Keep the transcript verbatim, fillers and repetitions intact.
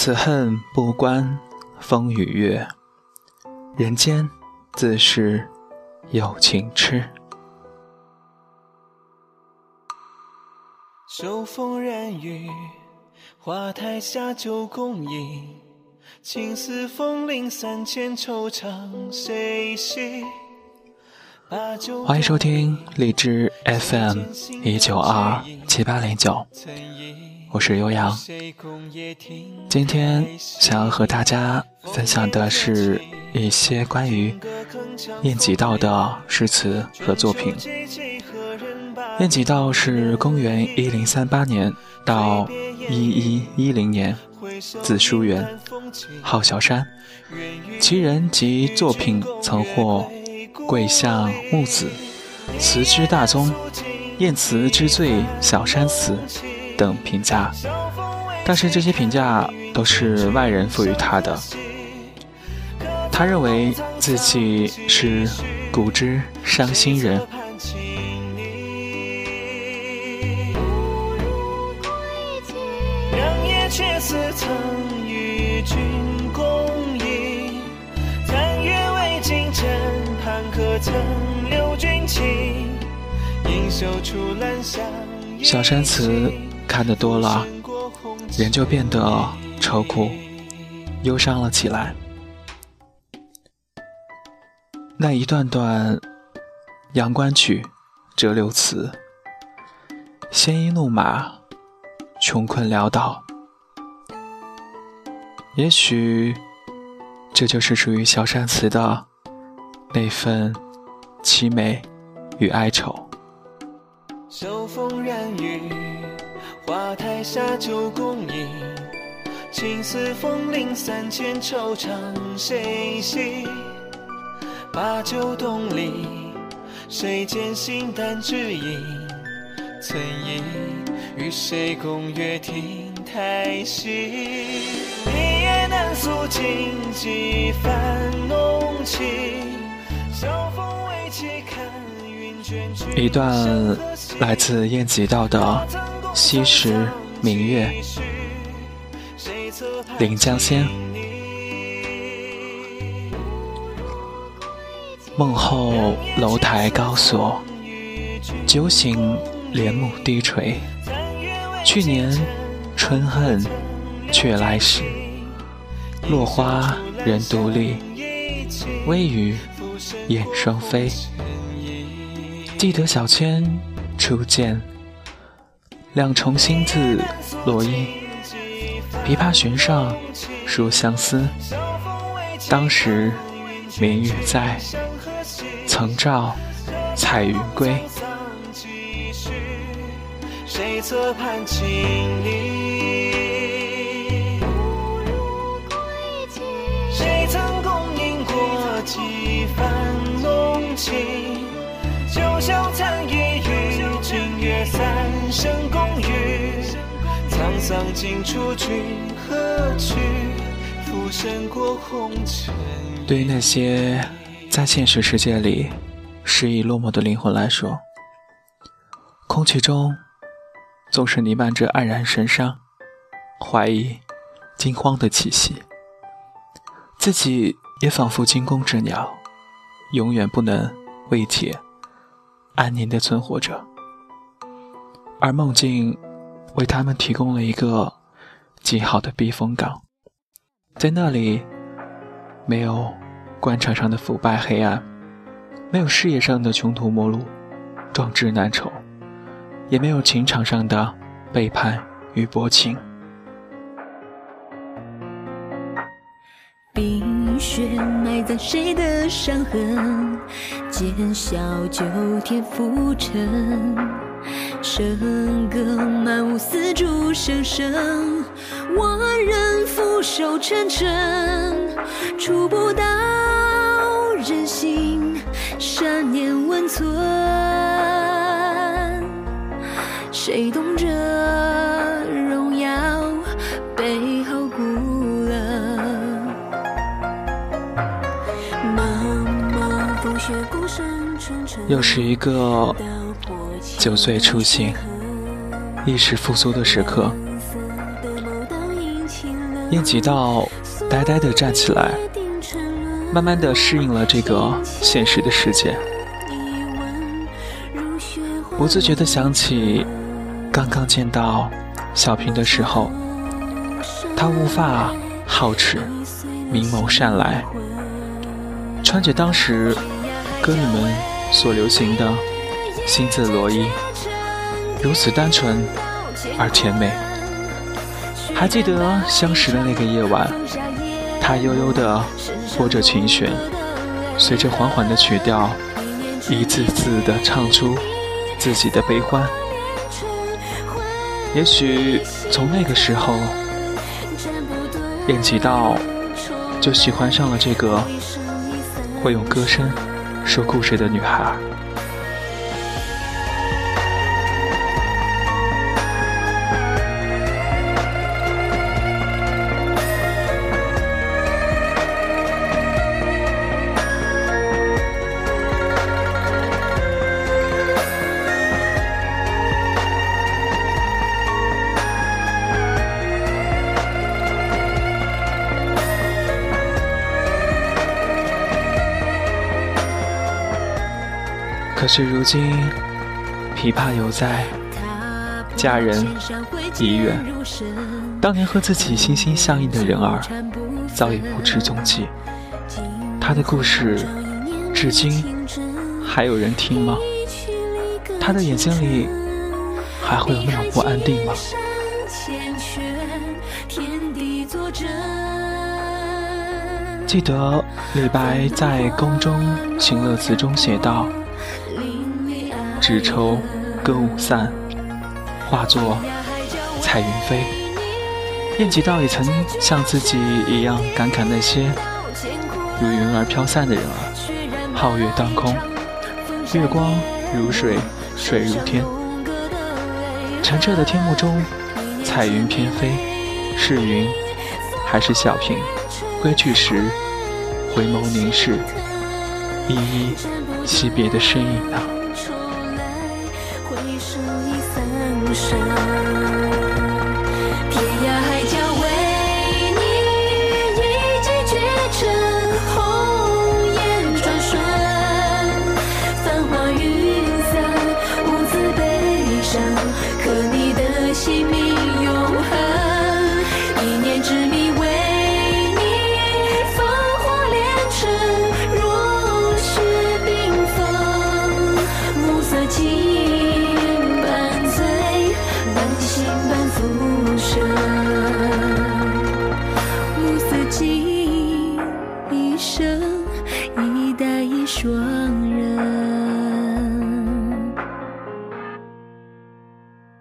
此恨不关风与月，人间自是有情痴。 手风染雨，花台下酒共饮，青丝风铃三千，惆怅谁系？ 欢迎收听荔枝 F M 一九二七八零九，我是悠扬。今天想要和大家分享的是一些关于晏几道的诗词和作品。晏几道是公元一零三八年到一一一零年，字叔元，号小山，其人及作品曾获贵相木子、词之大宗、晏词之最小山词等评价，但是这些评价都是外人赋予他的。他认为自己是古之伤心人。 良夜却似曾与君共饮，残月未尽枕畔，可曾留君情？应袖处兰香。 小山词看得多了，人就变得愁苦忧伤了起来。那一段段阳关曲、折柳词，鲜衣怒马，穷困潦倒，也许这就是属于小山词的那份凄美与哀愁。 手风染雨，花台下酒共饮，青丝风铃三千，惆怅谁系？把酒东篱，谁见心淡只影？曾忆与谁共阅亭台戏？一夜难诉尽几番浓情，晓风未起看云卷去。 一段来自晏几道的西时明月，临江仙。梦后楼台高锁，酒醒帘幕低垂。去年春恨却来时，落花人独立，微雨燕双飞。记得小千初见，两重心字落英，琵琶弦上说相思。当时明月在，曾照彩云归。 谁侧畔轻离？谁曾共饮过几番浓情？九霄残月与君约三生共语，沧桑尽处君何去？浮生过红尘。 对于那些在现实世界里失意落寞的灵魂来说，空气中总是弥漫着黯然神伤、怀疑、惊慌的气息，自己也仿佛惊弓之鸟，永远不能慰藉安宁地存活着。而梦境为他们提供了一个极好的避风港，在那里没有官场上的腐败黑暗，没有事业上的穷途末路、壮志难酬，也没有情场上的背叛与薄情。 冰雪埋葬谁的伤痕，剑笑九天浮沉。笙歌满屋丝竹声声，万人俯首沉沉。触不到人心，善念温存。谁懂这荣耀背后孤冷？茫茫风雪孤身沉沉。 又是一个酒醉初醒、意识复苏的时刻。 燕几道呆呆地站起来，慢慢地适应了这个现实的世界，不自觉地想起刚刚见到小平的时候，他乌发皓齿，明眸善睐，穿着当时歌女们所流行的新字罗衣，如此单纯而甜美。还记得相识的那个夜晚，他悠悠地拨着琴弦，随着缓缓的曲调，一字字地唱出自己的悲欢。也许从那个时候，燕几道就喜欢上了这个会用歌声说故事的女孩。可是如今，琵琶犹在，佳人已远。当年和自己心心相印的人儿，早已不知踪迹。他的故事，至今还有人听吗？他的眼睛里，还会有那么不安定吗？记得李白在《宫中行乐词》中写道：只愁歌舞散，化作彩云飞。燕几道也曾像自己一样感慨那些如云儿飘散的人儿，皓月当空，月光如水，水如天。澄澈的天幕中，彩云翩飞，是云还是小平？归去时，回眸凝视，依依惜别的身影啊。 天涯海角为你一骑绝尘，红颜转瞬，繁华云散，无字悲伤，刻你的姓名永恒。一念之迷为你烽火连城，若雪冰封，暮色尽一生一代一双人。